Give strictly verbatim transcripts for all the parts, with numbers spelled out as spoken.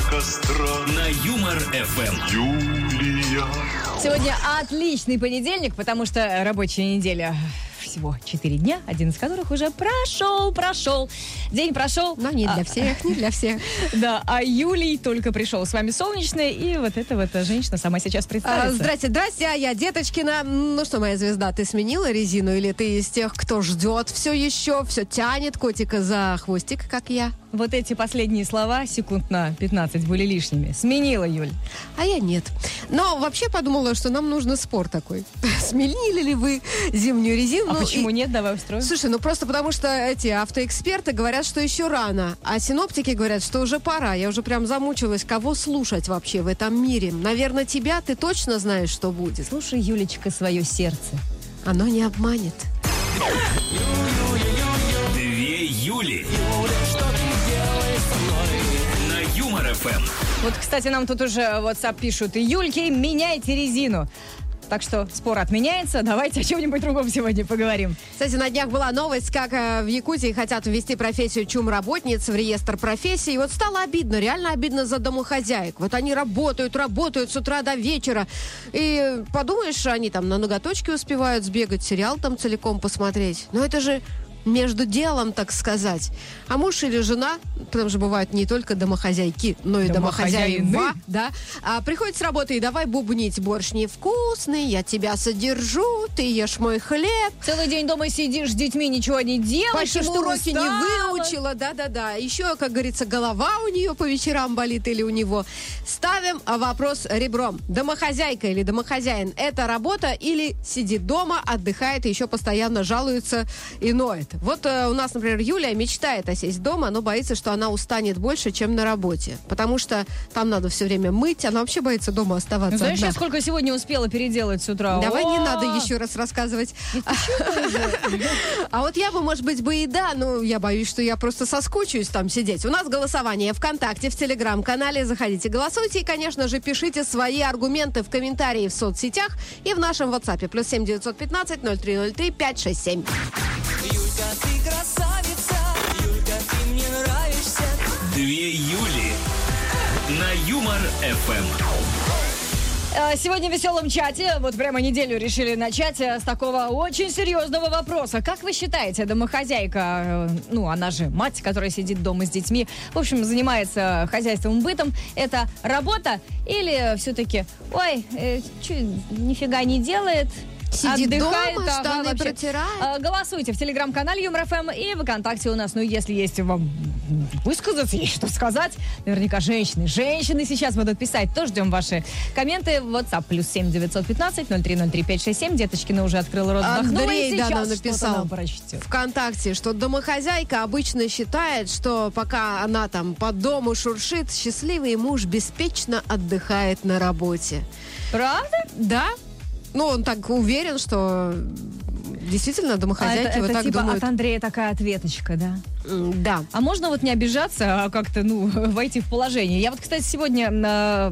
костра на Юмор-эф эм. Юлия. Сегодня отличный понедельник, потому что рабочая неделя всего четыре дня, один из которых уже прошел, прошел. День прошел. Но не для а, всех, не для всех. Да, а Юлий только пришел. С вами солнечная, и вот эта вот женщина сама сейчас представится. А, здрасте, здрасте, а я Деточкина. Ну что, моя звезда, ты сменила резину или ты из тех, кто ждет все еще, все тянет котика за хвостик, как я? Вот эти последние слова секунд на пятнадцать были лишними. Сменила, Юль. А я нет. Но вообще подумала, что нам нужен спор такой. Сменили ли вы зимнюю резину? А ну, почему и... нет? Давай устроим. Слушай, ну просто потому что эти автоэксперты говорят, что еще рано. А синоптики говорят, что уже пора. Я уже прям замучилась, кого слушать вообще в этом мире. Наверное, тебя, ты точно знаешь, что будет. Слушай, Юлечка, свое сердце. Оно не обманет. Две Юли на Юмор-эф эм. Вот, кстати, нам тут уже в WhatsApp пишут: Юльки, меняйте резину. Так что спор отменяется. Давайте о чем-нибудь другом сегодня поговорим. Кстати, на днях была новость, как э, в Якутии хотят ввести профессию чумработниц в реестр профессий. И вот стало обидно, реально обидно за домохозяек. Вот они работают, работают с утра до вечера. И подумаешь, они там на ноготочки успевают сбегать, сериал там целиком посмотреть. Но это же между делом, так сказать. А муж или жена, потому что бывают не только домохозяйки, но и домохозяева, да, а, приходит с работы и давай бубнить: борщ невкусный, я тебя содержу, ты ешь мой хлеб. Целый день дома сидишь с детьми, ничего не делаешь. Почему что уроки устала? не выучила, да-да-да. Еще, как говорится, голова у нее по вечерам болит или у него. Ставим вопрос ребром. Домохозяйка или домохозяин – это работа или сидит дома, отдыхает и еще постоянно жалуется и ноет? Вот э, у нас, например, Юлия мечтает осесть дома, но боится, что она устанет больше, чем на работе. Потому что там надо все время мыть, она вообще боится дома оставаться. Знаешь, одна. я сколько сегодня успела переделать с утра? Давай О! не надо еще раз рассказывать. А вот я бы, может быть, бы и да, но я боюсь, что я просто соскучусь там сидеть. У нас голосование ВКонтакте, в Телеграм-канале. Заходите, голосуйте и, конечно же, пишите свои аргументы в комментарии в соцсетях и в нашем WhatsApp. Плюс семь девятьсот пятнадцать ноль три ноль три пять шесть семь. Юлька, ты красавица, Юлька, ты мне нравишься. Две Юли на Юмор-эф эм. Сегодня в веселом чате, вот прямо неделю решили начать с такого очень серьезного вопроса. Как вы считаете, домохозяйка, ну, она же мать, которая сидит дома с детьми, в общем, занимается хозяйством, бытом, это работа или все-таки, ой, э, чё, нифига не делает? Сидит отдыхает, дома, ага, штаны вообще. протирает. А, голосуйте в телеграм-канале Юмор-эф эм и ВКонтакте у нас. Ну, если есть вам высказаться, есть что сказать, наверняка женщины, женщины сейчас будут писать, то ждем ваши комменты в WhatsApp. Плюс семь девятьсот пятнадцать ноль три ноль три пять шесть семь. Деточкина уже открыла рот, вздохнула, Андрей, и да, сейчас нам написал ВКонтакте, что домохозяйка обычно считает, что пока она там по дому шуршит, счастливый муж беспечно отдыхает на работе. Правда? Да. Ну, он так уверен, что действительно домохозяйки а это, вот это так типа думают. От Андрея такая ответочка, да? Да. А можно вот не обижаться, а как-то, ну, войти в положение? Я вот, кстати, сегодня... Э,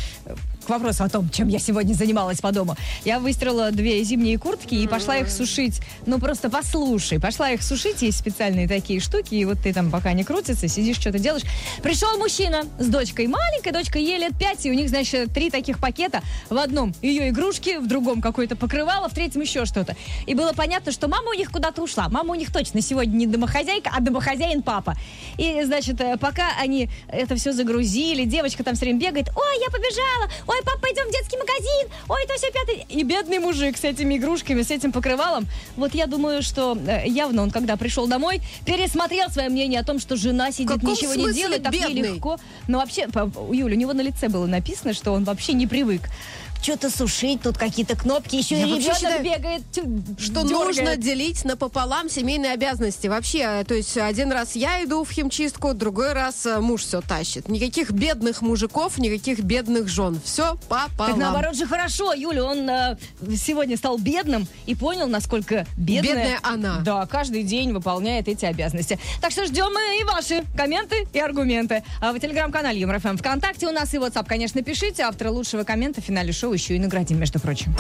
к вопросу о том, чем я сегодня занималась по дому. Я выстирала две зимние куртки и пошла их сушить. Ну, просто послушай. Пошла их сушить, есть специальные такие штуки, и вот ты там пока не крутится, сидишь, что-то делаешь. Пришел мужчина с дочкой. Маленькая дочка, ей лет пять, и у них, значит, три таких пакета. В одном ее игрушки, в другом какое-то покрывало, в третьем еще что-то. И было понятно, что мама у них куда-то ушла. Мама у них точно сегодня не домохозяйка, а домохозяин папа. И, значит, пока они это все загрузили, девочка там все время бегает: ой, я побежала, ой, пап, пойдем в детский магазин, ой, то все пятый. И бедный мужик с этими игрушками, с этим покрывалом. Вот я думаю, что явно он, когда пришел домой, пересмотрел свое мнение о том, что жена сидит, ничего не делает, так ей легко. Но вообще, Юля, у него на лице было написано, что он вообще не привык что-то сушить, тут какие-то кнопки, еще Я и ребенок считаю, бегает, что дергает. нужно делить напополам семейные обязанности. Вообще, то есть один раз я иду в химчистку, другой раз муж все тащит. Никаких бедных мужиков, никаких бедных жен. Все пополам. Так наоборот же хорошо, Юля, он э, сегодня стал бедным и понял, насколько бедная, бедная она. Да, каждый день выполняет эти обязанности. Так что ждем мы и ваши комменты и аргументы. А в телеграм-канале Юмор-эф эм, ВКонтакте у нас и WhatsApp, конечно, пишите. Автора лучшего коммента в финале шоу еще и наградим, между прочим.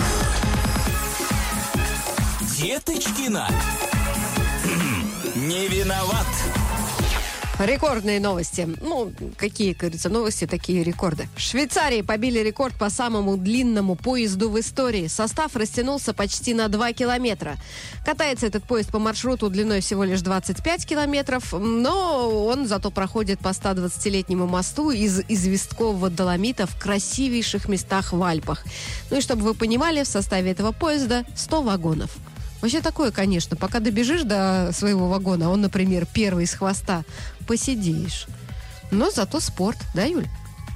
Деточкина. Не виноват. Рекордные новости. Ну, какие, как говорится, новости, такие рекорды. В Швейцарии побили рекорд по самому длинному поезду в истории. Состав растянулся почти на два километра. Катается этот поезд по маршруту длиной всего лишь двадцать пять километров, но он зато проходит по ста двадцатилетнему мосту из известкового доломита в красивейших местах в Альпах. Ну и чтобы вы понимали, в составе этого поезда сто вагонов. Вообще такое, конечно, пока добежишь до своего вагона, он, например, первый с хвоста, посидишь. Но зато спорт, да, Юль?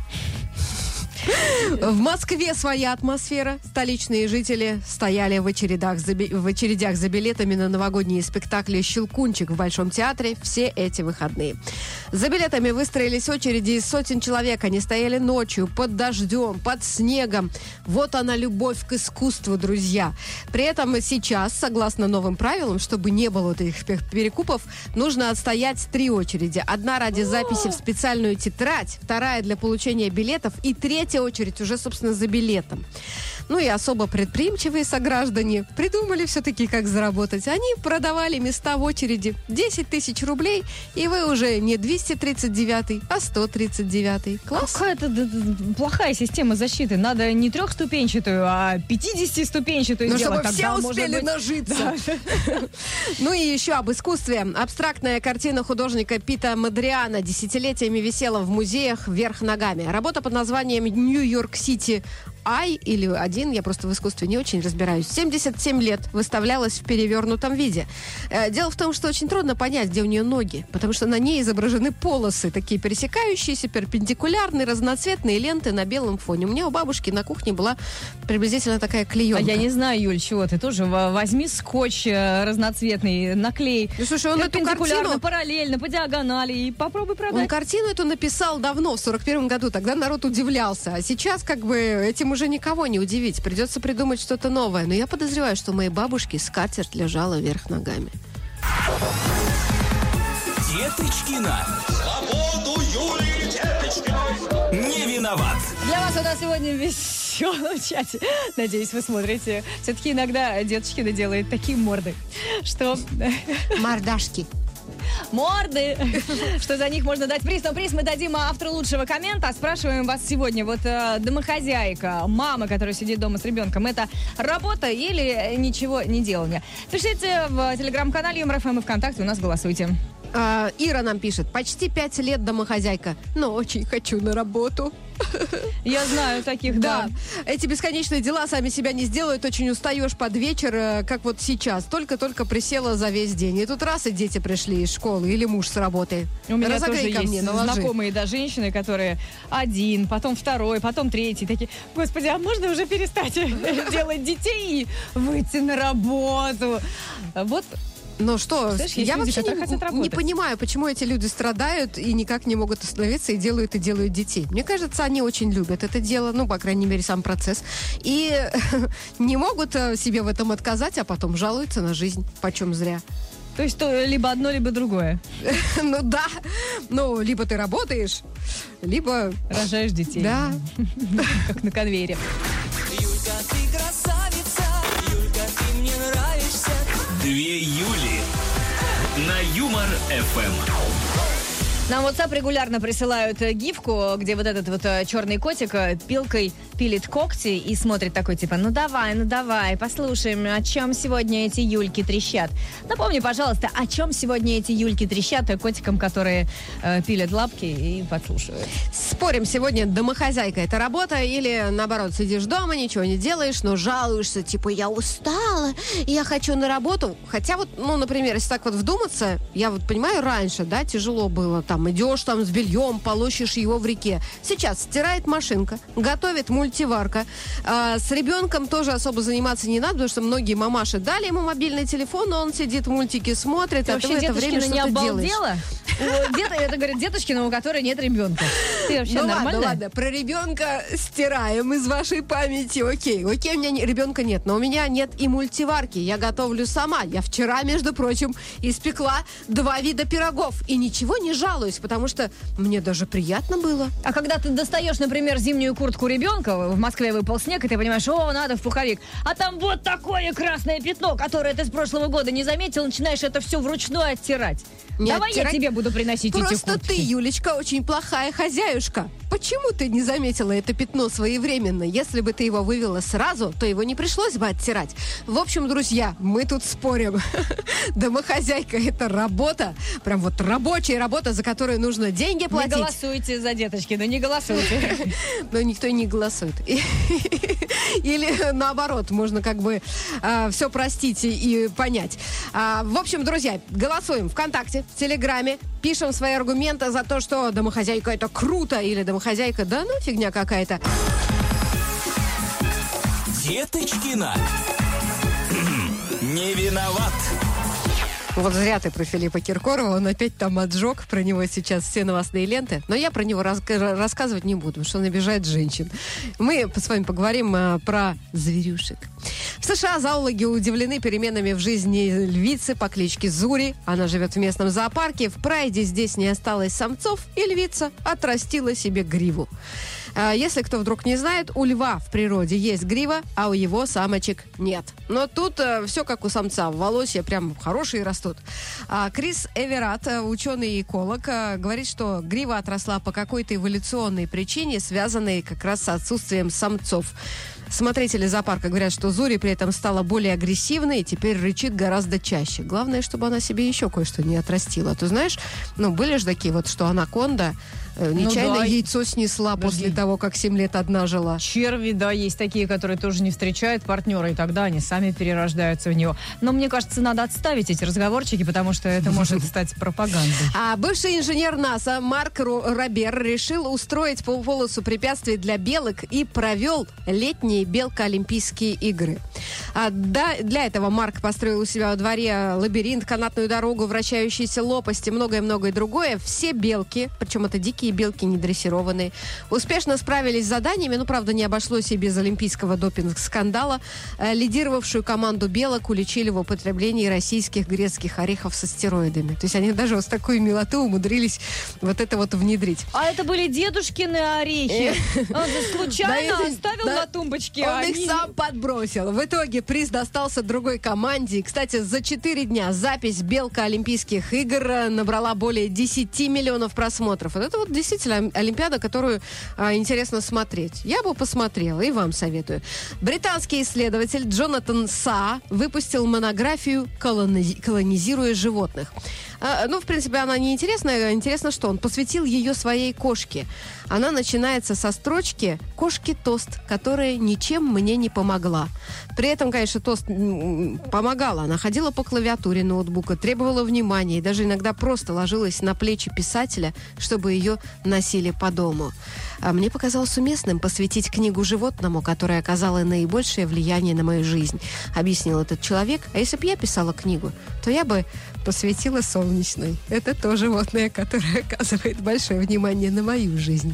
В Москве своя атмосфера. Столичные жители стояли в очередях, за, в очередях за билетами на новогодние спектакли «Щелкунчик» в Большом театре все эти выходные. За билетами выстроились очереди из сотен человек. Они стояли ночью, под дождем, под снегом. Вот она, любовь к искусству, друзья. При этом сейчас, согласно новым правилам, чтобы не было вот этих перекупов, нужно отстоять три очереди. Одна ради записи в специальную тетрадь, вторая для получения билетов и третья очередь уже, собственно, за билетом. Ну и особо предприимчивые сограждане придумали все-таки, как заработать. Они продавали места в очереди десять тысяч рублей, и вы уже не двести тридцать девятый, а сто тридцать девятый. Класс. Какая-то д- д- плохая система защиты. Надо не трехступенчатую, а пятидесятиступенчатую Ну, сделать. чтобы все Тогда, успели может быть, нажиться. Ну и еще об искусстве. Абстрактная картина художника Пита Модриана десятилетиями висела в музеях вверх ногами. Работа под названием «Нью-Йорк-Сити Ай» или «Один», я просто в искусстве не очень разбираюсь, семьдесят семь лет выставлялась в перевернутом виде. Э, дело в том, что очень трудно понять, где у нее ноги, потому что на ней изображены полосы, такие пересекающиеся, перпендикулярные, разноцветные ленты на белом фоне. У меня у бабушки на кухне была приблизительно такая клеенка. А я не знаю, Юль, чего ты тоже в- возьми скотч э, разноцветный, наклей. Ну, слушай, он эту перпендикулярно, картину... параллельно, по диагонали и попробуй продать. Он картину эту написал давно, в сорок первом году. Тогда народ удивлялся. А сейчас как бы этим уже никого не удивить. Придется придумать что-то новое. Но я подозреваю, что у моей бабушки скатерть лежала вверх ногами. Деточкина. Свободу Юлии Деточкиной. Не виноват. Для вас у нас сегодня в веселом чате. Надеюсь, вы смотрите. Все-таки иногда Деточкина делает такие морды, что... Мордашки. Морды, что за них можно дать приз. Но приз мы дадим автору лучшего коммента. Спрашиваем вас сегодня, вот э, домохозяйка, мама, которая сидит дома с ребенком, это работа или ничего не делание? Пишите в телеграм-канале Юмор ФМ и ВКонтакте, у нас голосуйте. А, Ира нам пишет. Почти пять лет домохозяйка, но очень хочу на работу. Я знаю таких, да. Да. Эти бесконечные дела сами себя не сделают. Очень устаешь под вечер, э, как вот сейчас. Только-только присела за весь день. И тут раз, и дети пришли из школы, или муж с работы. У меня Разогрей тоже ко есть мне, наложи. знакомые, да, женщины, которые один, потом второй, потом третий. Такие, господи, а можно уже перестать делать детей и выйти на работу? Вот. Ну что, Знаешь, есть я люди, вообще которые не, хотят не работать. понимаю, почему эти люди страдают и никак не могут остановиться и делают и делают детей. Мне кажется, они очень любят это дело, ну, по крайней мере, сам процесс. И не могут э, себе в этом отказать, а потом жалуются на жизнь, почем зря. То есть то, либо одно, либо другое. Ну да, ну, либо ты работаешь, либо... Рожаешь детей. Да. Как на конвейере. Юлька, ты красавица, Юлька, ты мне нравишься. Две Юли на Юмор ФМ. Нам в WhatsApp регулярно присылают э, гифку, где вот этот вот э, черный котик э, пилкой пилит когти и смотрит такой, типа, ну давай, ну давай, послушаем, о чем сегодня эти Юльки трещат. Напомни, пожалуйста, о чем сегодня эти Юльки трещат э, котикам, которые э, пилят лапки и подслушивают. Спорим, сегодня домохозяйка — это работа, или наоборот, сидишь дома, ничего не делаешь, но жалуешься, типа, я устала, я хочу на работу. Хотя вот, ну, например, если так вот вдуматься, я вот понимаю, раньше, да, тяжело было, там, идешь там с бельем, полощешь его в реке. Сейчас стирает машинка, готовит мультиварка. А, с ребенком тоже особо заниматься не надо, потому что многие мамаши дали ему мобильный телефон, но он сидит, мультики смотрит, Ты а ты в вообще это время Деточкина не что-то делаешь. обалдела? У дет- Это, говорит, Деточкина, у которой нет ребенка. Ты вообще Ну ладно, нормальная? ладно, про ребенка стираем из вашей памяти. Окей, окей, у меня не- ребенка нет, но у меня нет и мультиварки. Я готовлю сама. Я вчера, между прочим, испекла два вида пирогов. И ничего не жалуюсь, потому что мне даже приятно было. А когда ты достаешь, например, зимнюю куртку ребенка, в Москве выпал снег, и ты понимаешь, о, надо в пуховик, а там вот такое красное пятно, которое ты с прошлого года не заметил, начинаешь это все вручную оттирать. Не Давай оттирать. я тебе буду приносить эти Просто куртки. ты, Юлечка, очень плохая хозяюшка. Почему ты не заметила это пятно своевременно? Если бы ты его вывела сразу, то его не пришлось бы оттирать. В общем, друзья, мы тут спорим. Домохозяйка – это работа, прям вот рабочая работа, за которую нужно деньги Не платить. голосуйте за деточки, ну не голосуйте. Но никто и не голосует. Или наоборот, можно как бы все простить и, и понять. А, в общем, друзья, голосуем ВКонтакте, в Телеграме, пишем свои аргументы за то, что домохозяйка это круто, или домохозяйка, да ну фигня какая-то. Деточкина. Не виноват. Вот зря ты про Филиппа Киркорова, он опять там отжег, про него сейчас все новостные ленты, но я про него рас- рассказывать не буду, потому что он обижает женщин. Мы с вами поговорим а, про зверюшек. В США зоологи удивлены переменами в жизни львицы по кличке Зури. Она живет в местном зоопарке, в прайде здесь не осталось самцов, и львица отрастила себе гриву. А, если кто вдруг не знает, у льва в природе есть грива, а у его самочек нет. Но тут а, все как у самца, волосья прям хорошие растут. А, Крис Эвератт, ученый и эколог, а, говорит, что грива отросла по какой-то эволюционной причине, связанной как раз с отсутствием самцов. Смотрители зоопарка говорят, что Зури при этом стала более агрессивной и теперь рычит гораздо чаще. Главное, чтобы она себе еще кое-что не отрастила. Ты знаешь, ну, были же такие вот, что анаконда э, нечаянно да. яйцо снесла Подожди. после того, как семь лет одна жила. Черви, да, есть такие, которые тоже не встречают партнера, и тогда они сами перерождаются в него. Но мне кажется, надо отставить эти разговорчики, потому что это может стать пропагандой. А бывший инженер НАСА Марк Ро- Робер решил устроить по- полосу препятствий для белок и провел летние белко-олимпийские игры. А да, для этого Марк построил у себя во дворе лабиринт, канатную дорогу, вращающиеся лопасти, многое-многое другое. Все белки, причем это дикие белки, не дрессированные, успешно справились с заданиями, ну, правда, не обошлось и без олимпийского допинг-скандала. Э, лидировавшую команду белок уличили в употреблении российских грецких орехов со стероидами. То есть они даже вот с такой милотой умудрились вот это вот внедрить. А это были дедушкины орехи. Он же случайно Да, это- оставил да. на тумбочке. Он а их они- сам подбросил. В итоге приз достался другой команде. И, кстати, за четыре дня запись «Белка Олимпийских игр» э, набрала более десять миллионов просмотров. Вот это вот действительно Олимпиада, которую а, интересно смотреть. Я бы посмотрела, и вам советую. Британский исследователь Джонатан Са выпустил монографию «Колони- «Колонизируя животных». А, ну, в принципе, она не интересная. Интересно, что он посвятил ее своей кошке. Она начинается со строчки «Кошки тост, которая ничем мне не помогла». При этом, конечно, тост м, помогала. Она ходила по клавиатуре ноутбука, требовала внимания и даже иногда просто ложилась на плечи писателя, чтобы ее носили по дому. А мне показалось уместным посвятить книгу животному, которое оказало наибольшее влияние на мою жизнь, объяснил этот человек. А если бы я писала книгу, то я бы посвятила солнечной. Это то животное, которое оказывает большое внимание на мою жизнь.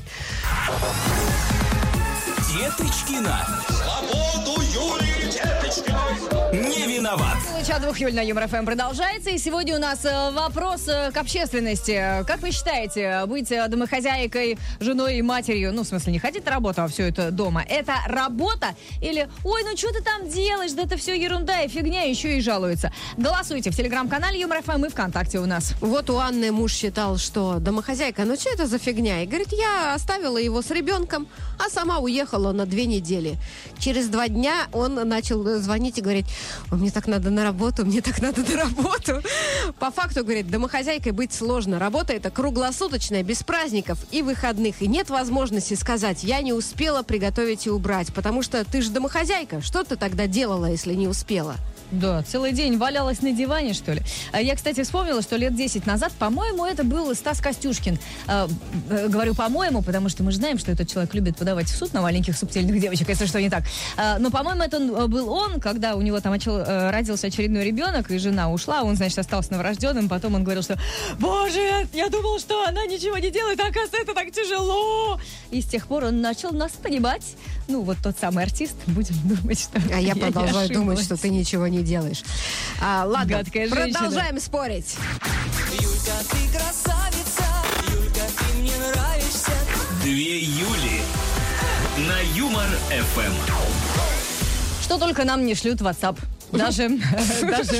Деточкина. Свободу Юлии Деточкиной. Не виноват. Чат двух Юль на Юмор ФМ продолжается. И сегодня у нас э, вопрос э, к общественности. Как вы считаете, быть э, домохозяйкой, женой и матерью, ну, в смысле, не ходить на работу, а все это дома, это работа? Или, ой, ну что ты там делаешь? Да это все ерунда и фигня, еще и жалуются. Голосуйте в телеграм-канале Юмор ФМ и ВКонтакте у нас. Вот у Анны муж считал, что домохозяйка, ну что это за фигня? И говорит, я оставила его с ребенком, а сама уехала на две недели. Через два дня он начал звонить и говорить, мне так надо на работу, мне так надо на работу. По факту, говорит, домохозяйкой быть сложно. Работа это круглосуточная, без праздников и выходных. И нет возможности сказать, я не успела приготовить и убрать, потому что ты же домохозяйка. Что ты тогда делала, если не успела? Да, целый день валялась на диване, что ли. А Я, кстати, вспомнила, что лет десять назад, по-моему, это был Стас Костюшкин. А, э, говорю «по-моему», потому что мы же знаем, что этот человек любит подавать в суд на маленьких субтильных девочек, если что не так. А, но, по-моему, это он, был он, когда у него там очел, э, родился очередной ребенок, и жена ушла, он, значит, остался новорожденным. Потом он говорил, что «Боже, я думал, что она ничего не делает, а оказывается, это так тяжело». И с тех пор он начал нас понимать. Ну, вот тот самый артист, будем думать, что А я не продолжаю думать, ошиблась. что ты ничего не делаешь. А, ладно, Гадкая женщина. продолжаем спорить. Юлька, ты красавица, Юлька, ты мне нравишься. Две Юли на Юмор ФМ. Что только нам не шлют в WhatsApp. Даже, даже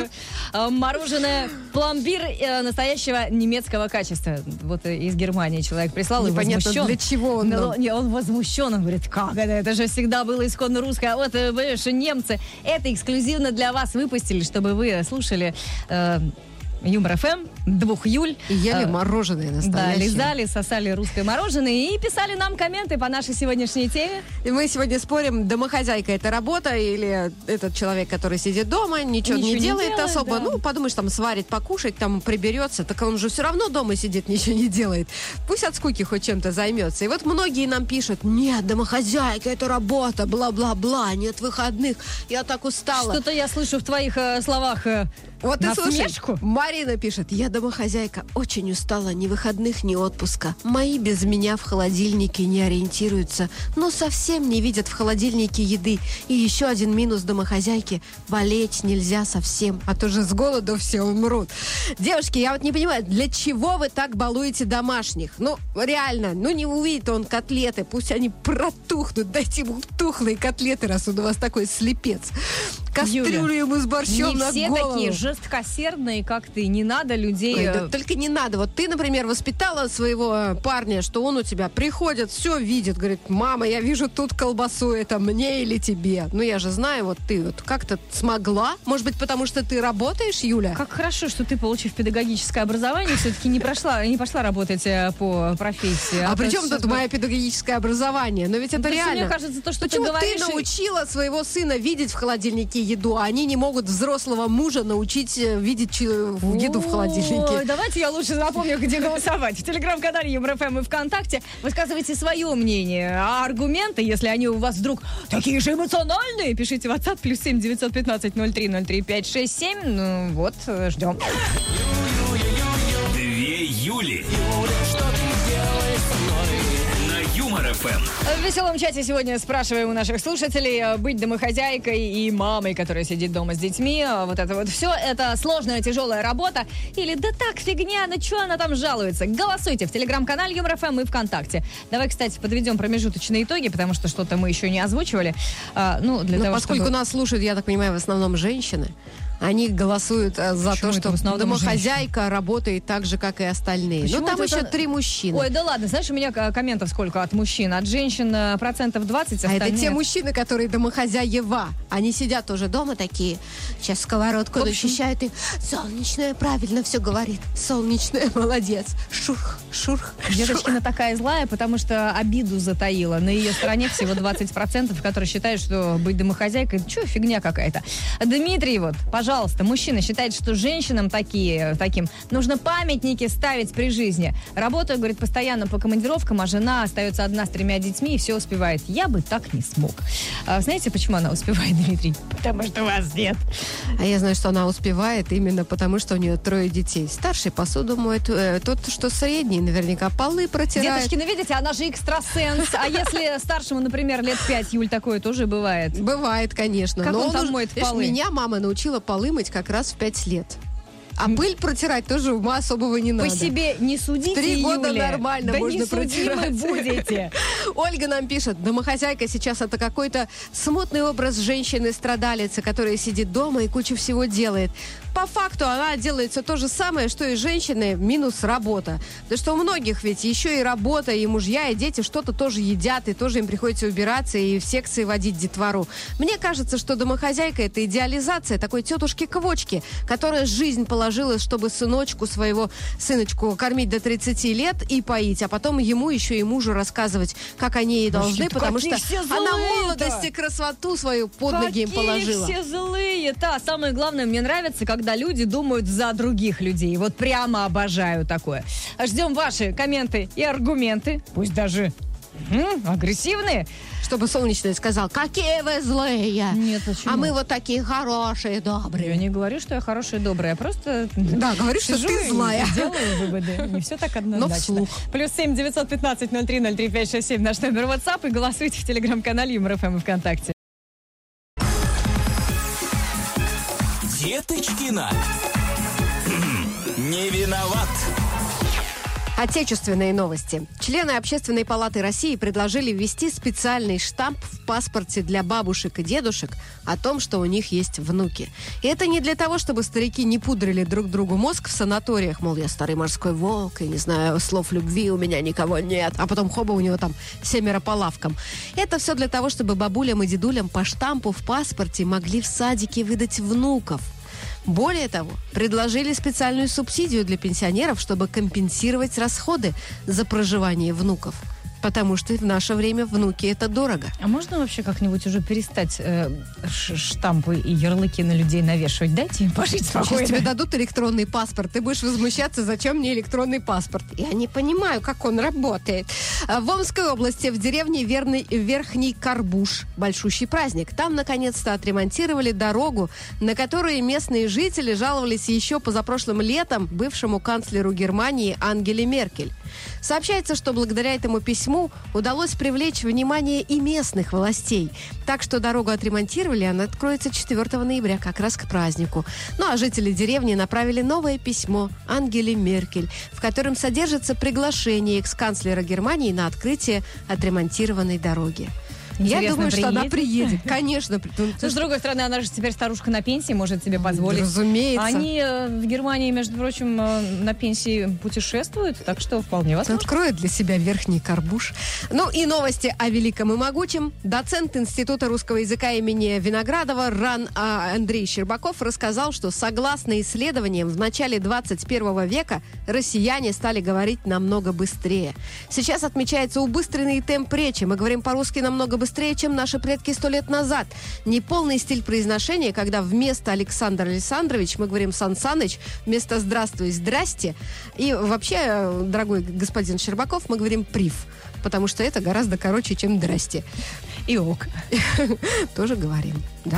А, Мороженое пломбир э, настоящего немецкого качества. Вот э, из Германии человек прислал и Непонятно, возмущен. для чего он Ну, нам. не, он возмущен, он говорит, как это? Это же всегда было исконно русское. А вот, э, понимаешь, немцы это эксклюзивно для вас выпустили, чтобы вы слушали э, Юмор эф эм, двух июля. И ели Э, мороженое Да, настоящее. лизали, сосали русское мороженое и писали нам комменты по нашей сегодняшней теме. И мы сегодня спорим, домохозяйка это работа или этот человек, который сидит дома, ничего, Ничего не не делает делает, особо. да. Ну, подумаешь, там сварит, покушать, там приберется. Так он же все равно дома сидит, ничего не делает. Пусть от скуки хоть чем-то займется. И вот многие нам пишут, нет, домохозяйка это работа, бла-бла-бла, нет выходных. Я так устала. Что-то я слышу в твоих э, словах э, Вот ты слушай, насмешку. Марина пишет, я домохозяйка, очень устала, ни выходных, ни отпуска. Мои без меня в холодильнике не ориентируются, но совсем не видят в холодильнике еды. И еще один минус домохозяйки, болеть нельзя совсем, а то же с голоду все умрут. Девушки, я вот не понимаю, для чего вы так балуете домашних? Ну, реально, ну не увидит он котлеты, пусть они протухнут, дайте ему тухлые котлеты, раз он у вас такой слепец. Кастрюлю ему с борщом Не на все голову. такие жесткосердные, как ты. Не надо людей... Ой, э, да только не надо. Вот ты, например, воспитала своего э, парня, что он у тебя приходит, все видит, говорит, мама, я вижу тут колбасу, это мне или тебе? Ну, я же знаю, вот ты вот как-то смогла. Может быть, потому что ты работаешь, Юля? Как хорошо, что ты, получив педагогическое образование, все-таки не прошла, не пошла работать э, по профессии. А, то при чем сейчас тут бы- мое педагогическое образование? Но ведь это Да что, реально. мне кажется, то, что Почему ты говоришь... ты научила своего сына видеть в холодильнике еду, а они не могут взрослого мужа научить э, видеть чи- еду в Ой, холодильнике? давайте я лучше запомню, где голосовать. В телеграм-канале Юмор эф эм и ВКонтакте высказывайте свое мнение. А аргументы, если они у вас вдруг такие же эмоциональные, пишите в WhatsApp плюс семь девятьсот пятнадцать ноль три ноль три пять шесть семь. Ну вот, э, ждем. Две Юли. На Юмор эф эм. В веселом чате сегодня спрашиваем у наших слушателей, э, быть домохозяйкой и мамой, которая сидит дома с детьми. э, Вот это вот все, это сложная, тяжелая работа. Или да так, фигня, ну что она там жалуется? Голосуйте в телеграм-канале Юмор эф эм и ВКонтакте. Давай, кстати, подведем промежуточные итоги, потому что что-то мы еще не озвучивали. А, ну, для Но того, поскольку чтобы... нас слушают, я так понимаю, в основном женщины, они голосуют э, за Почему то, это что в основном домохозяйка работает так же, как и остальные. Почему Ну, там это еще это- три мужчины. Ой, да ладно, знаешь, у меня э, комментов сколько от мужчин, от женщин э, процентов двадцать, А это остальные... те мужчины, которые домохозяева. Они сидят уже дома такие, сейчас сковородку В общем- начищают и солнечная правильно все говорит. Солнечная, молодец. Шурх, шурх, шурх. Дедочкина такая злая, потому что обиду затаила. На ее стороне всего двадцать процентов, которые считают, что быть домохозяйкой, чё, фигня какая-то. Дмитрий, вот, пожалуйста, мужчина считает, что женщинам такие, таким нужно памятники ставить при жизни. Работаю, говорит, постоянно по командировкам, а жена остается одна с тремя детьми и все успевает. Я бы так не смог. А знаете, почему она успевает, Дмитрий? Потому что вас нет. А я знаю, что она успевает именно потому, что у нее трое детей. Старший посуду моет, э, тот, что средний, наверняка полы протирает. Деточкина, видите, она же экстрасенс. А если старшему, например, лет пять, Юль, такое тоже бывает. Бывает, конечно. Как но он там уж- моет видишь, полы? меня мама научила полы мыть как раз в пять лет. А пыль протирать тоже ума особого не надо. По себе не судите, Три года Юля. нормально да можно не судимы протирать. будете. Ольга нам пишет, домохозяйка сейчас это какой-то смутный образ женщины-страдалицы, которая сидит дома и кучу всего делает. По факту она делает все то же самое, что и женщины, минус работа. Да что у многих ведь еще и работа, и мужья, и дети что-то тоже едят, и тоже им приходится убираться, и в секции водить детвору. Мне кажется, что домохозяйка это идеализация такой тетушки-квочки, которая жизнь положила, чтобы сыночку своего, сыночку кормить до тридцати лет и поить, а потом ему еще и мужу рассказывать, как они ей должны, Значит, потому какие что все она злые-то! молодость и красоту свою под ноги им Какие положила. все злые. Да, самое главное, мне нравится, когда люди думают за других людей. Вот прямо обожаю такое. Ждем ваши комменты и аргументы. Пусть даже м, агрессивные. Чтобы Солнечный сказал, какие вы злые. Нет, почему? А мы вот такие хорошие, Я добрые. не говорю, что я хорошая и добрая. Я просто Да, говорю, что сижу ты и злая. делаю выводы. Не все так однозначно. вслух. Плюс семь девятьсот пятнадцать ноль три ноль три пять шесть семь наш номер WhatsApp и голосуйте в телеграм-канале Юмор эф эм и ВКонтакте. Деточкина. М, Не виноват. Отечественные новости. Члены Общественной палаты России предложили ввести специальный штамп в паспорте для бабушек и дедушек о том, что у них есть внуки. И это не для того, чтобы старики не пудрили друг другу мозг в санаториях, мол, я старый морской волк, и не знаю, слов любви у меня никого нет, а потом хоба, у него там семеро по лавкам. Это все для того, чтобы бабулям и дедулям по штампу в паспорте могли в садике выдать внуков. Более того, предложили специальную субсидию для пенсионеров, чтобы компенсировать расходы за проживание внуков. Потому что в наше время внуки – это дорого. А можно вообще как-нибудь уже перестать э, ш- штампы и ярлыки на людей навешивать? Дайте им пожить спокойно. Сейчас тебе дадут электронный паспорт, ты будешь возмущаться, зачем мне электронный паспорт. Я не понимаю, как он работает. В Омской области, в деревне Верный, Верхний Карбуш, большущий праздник. Там, наконец-то, отремонтировали дорогу, на которую местные жители жаловались еще позапрошлым летом бывшему канцлеру Германии Ангеле Меркель. Сообщается, что благодаря этому письму удалось привлечь внимание и местных властей. Так что дорогу отремонтировали, она откроется четвёртого ноября, как раз к празднику. Ну а жители деревни направили новое письмо Ангеле Меркель, в котором содержится приглашение экс-канцлера Германии на открытие отремонтированной дороги. Интересно, Я думаю, что она приедет? приедет. Конечно. Но, с другой стороны, она же теперь старушка на пенсии, может себе позволить. Разумеется. Они э, в Германии, между прочим, э, на пенсии путешествуют, так что вполне возможно. Откроет для себя Верхний Карбуш. Ну и новости о великом и могучем. Доцент Института русского языка имени Виноградова РАН а, Андрей Щербаков рассказал, что согласно исследованиям в начале двадцать первого века россияне стали говорить намного быстрее. Сейчас отмечается убыстренный темп речи. Мы говорим по-русски намного быстрее. быстрее, чем наши предки сто лет назад. Неполный стиль произношения, когда вместо Александр Александрович мы говорим Сан Саныч, вместо здравствуй, здрасте. И вообще, дорогой господин Щербаков, мы говорим прив, потому что это гораздо короче, чем здрасте. И ок. Тоже говорим, да?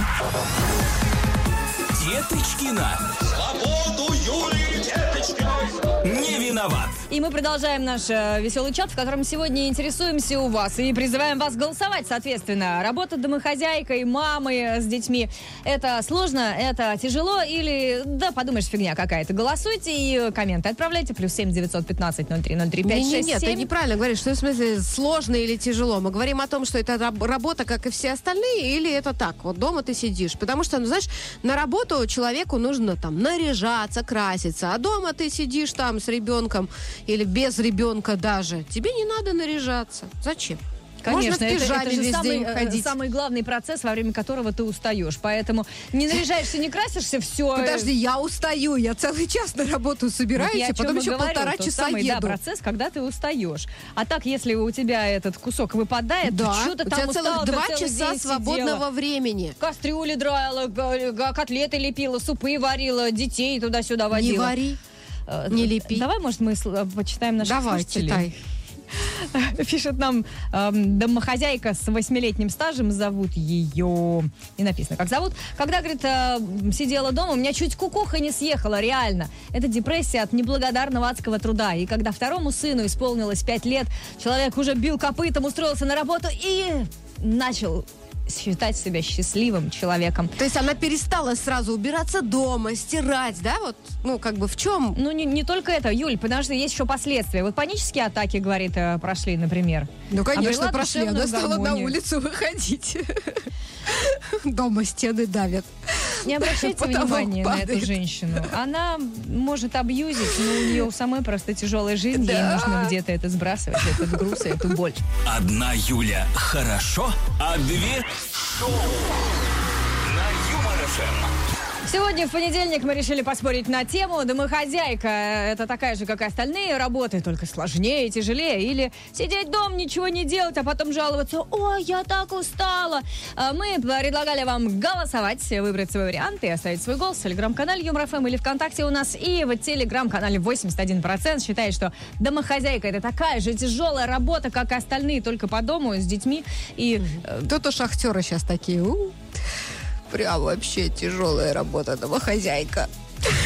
Деточкина. Свободу Юлии Деточкиной! Не виноват. И мы продолжаем наш э, веселый чат, в котором сегодня интересуемся у вас и призываем вас голосовать, соответственно. Работа домохозяйкой, мамой с детьми. Это сложно, это тяжело или, да, подумаешь, фигня какая-то. Голосуйте и комменты отправляйте. Плюс семь девятьсот пятнадцать ноль три ноль три пять шесть семь. Нет, ты неправильно говоришь, что в смысле сложно или тяжело. Мы говорим о том, что это раб- работа, как и все остальные, или это так, вот дома ты сидишь. Потому что, ну, знаешь, на работу человеку нужно там наряжаться, краситься, а дома ты сидишь там с ребенком или без ребенка даже. Тебе не надо наряжаться. Зачем? Конечно, Можно в это, пижаме это же весь самый, день э, ходить. самый главный процесс, во время которого ты устаешь. Поэтому не наряжаешься, не красишься, все. Подожди, я устаю, я целый час на работу собираюсь, Вот я и о потом чем и еще говорю, полтора тот часа самый, еду. Да, процесс, когда ты устаешь. А так, если у тебя этот кусок выпадает, Да, то что ты у там тебя устала, целых ты два целый часа день свободного сидела. времени. Кастрюли драила, г- г- котлеты лепила, супы варила, детей туда-сюда водила. Не вари, Э, не лепи. Давай, может, мы сл- почитаем наших Давай, слушателей? читай. Пишет нам эм, домохозяйка с восьмилетним стажем, зовут ее, не написано, как зовут. Когда, говорит, э, сидела дома, у меня чуть кукуха не съехала, реально. Это депрессия от неблагодарного адского труда. И когда второму сыну исполнилось пять лет, человек уже бил копытом, устроился на работу и начал считать себя счастливым человеком. То есть она перестала сразу убираться дома, стирать, да? Вот, ну, как бы в чем? Ну, не, не только это, Юль, потому что есть еще последствия. Вот панические атаки, говорит, э, прошли, например. Ну, конечно, Обрела прошли. Она душевную стала на гармонию. улицу выходить. Дома стены давят. Не обращайте Потолок внимания на падает. эту женщину. Она может абьюзить, но у нее у самой просто тяжелая жизнь. Ей Да. нужно где-то это сбрасывать, этот груз и эту боль. Одна Юля хорошо, а две шоу на Юмор ФМ. Сегодня в понедельник мы решили поспорить на тему «Домохозяйка» — это такая же, как и остальные работы, только сложнее, тяжелее. Или сидеть дома, ничего не делать, а потом жаловаться: «Ой, я так устала». А Мы предлагали вам голосовать, выбрать свой вариант и оставить свой голос в телеграм-канале Юмор ФМ или ВКонтакте у нас. И в телеграм-канале восемьдесят один процент считает, что домохозяйка — это такая же тяжелая работа, как и остальные, только по дому, с детьми. И э, Тут у шахтера сейчас такие. У, прям вообще тяжелая работа, домохозяйка.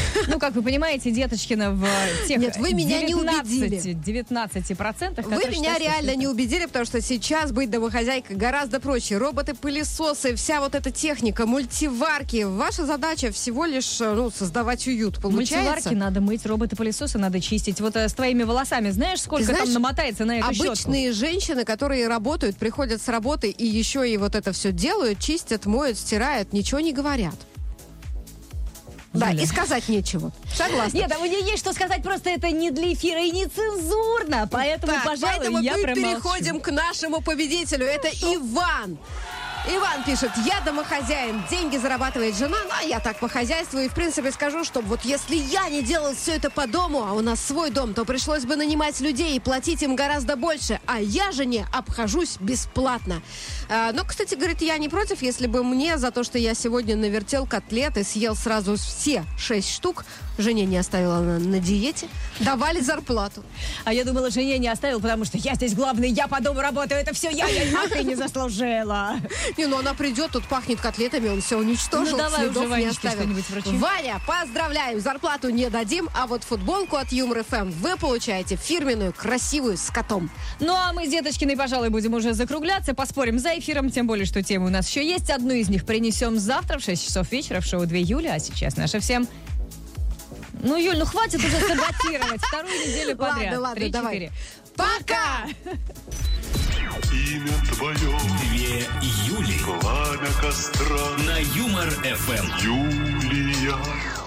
Ну, как вы понимаете, Деточкина в тех Нет, вы меня не убедили. девятнадцати процентах. Вы меня реально не убедили, потому что сейчас быть домохозяйкой гораздо проще. Роботы-пылесосы, вся вот эта техника, мультиварки. Ваша задача всего лишь ну, создавать уют. Получается? Мультиварки надо мыть, роботы-пылесосы надо чистить. Вот э, с твоими волосами знаешь, сколько знаешь, там намотается на эту щетку? Обычные женщины, которые работают, приходят с работы и еще и вот это все делают, чистят, моют, стирают, ничего не говорят. Да, Юля. и сказать нечего. Согласна. Нет, а у нее есть что сказать, просто это не для эфира и не цензурно. Поэтому, Так, пожалуй, поэтому я мы промолчу. переходим к нашему победителю. Это Иван. Иван пишет: я домохозяин, деньги зарабатывает жена, ну а я так по хозяйству. И в принципе скажу, что вот если я не делал все это по дому, а у нас свой дом, то пришлось бы нанимать людей и платить им гораздо больше. А я жене обхожусь бесплатно. А, но, кстати, говорит, я не против, если бы мне за то, что я сегодня навертел котлет и съел сразу все шесть штук, жене не оставила на, на диете, давали зарплату. А я думала, жене не оставил, потому что я здесь главный, я по дому работаю, это все я, я, а ты не заслужила. Не, ну она придет, тут пахнет котлетами, он все уничтожил, Ну, давай следов уже, не Ванечке, оставил. что-нибудь вручи. Ваня, поздравляем, зарплату не дадим, а вот футболку от Юмор эф эм вы получаете фирменную, красивую, с котом. Ну, а мы с Деточкиной, пожалуй, будем уже закругляться, поспорим за эфиром, тем более, что темы у нас еще есть. Одну из них принесем завтра в шесть часов вечера в шоу «две Юли», а сейчас наша всем... Ну, Юль, ну хватит уже саботировать. Вторую неделю подряд. Ладно, ладно, Три-четыре. давай. Пока! Имя твое, Две Юли пламя костра, на Юмор эф эм. Юлия.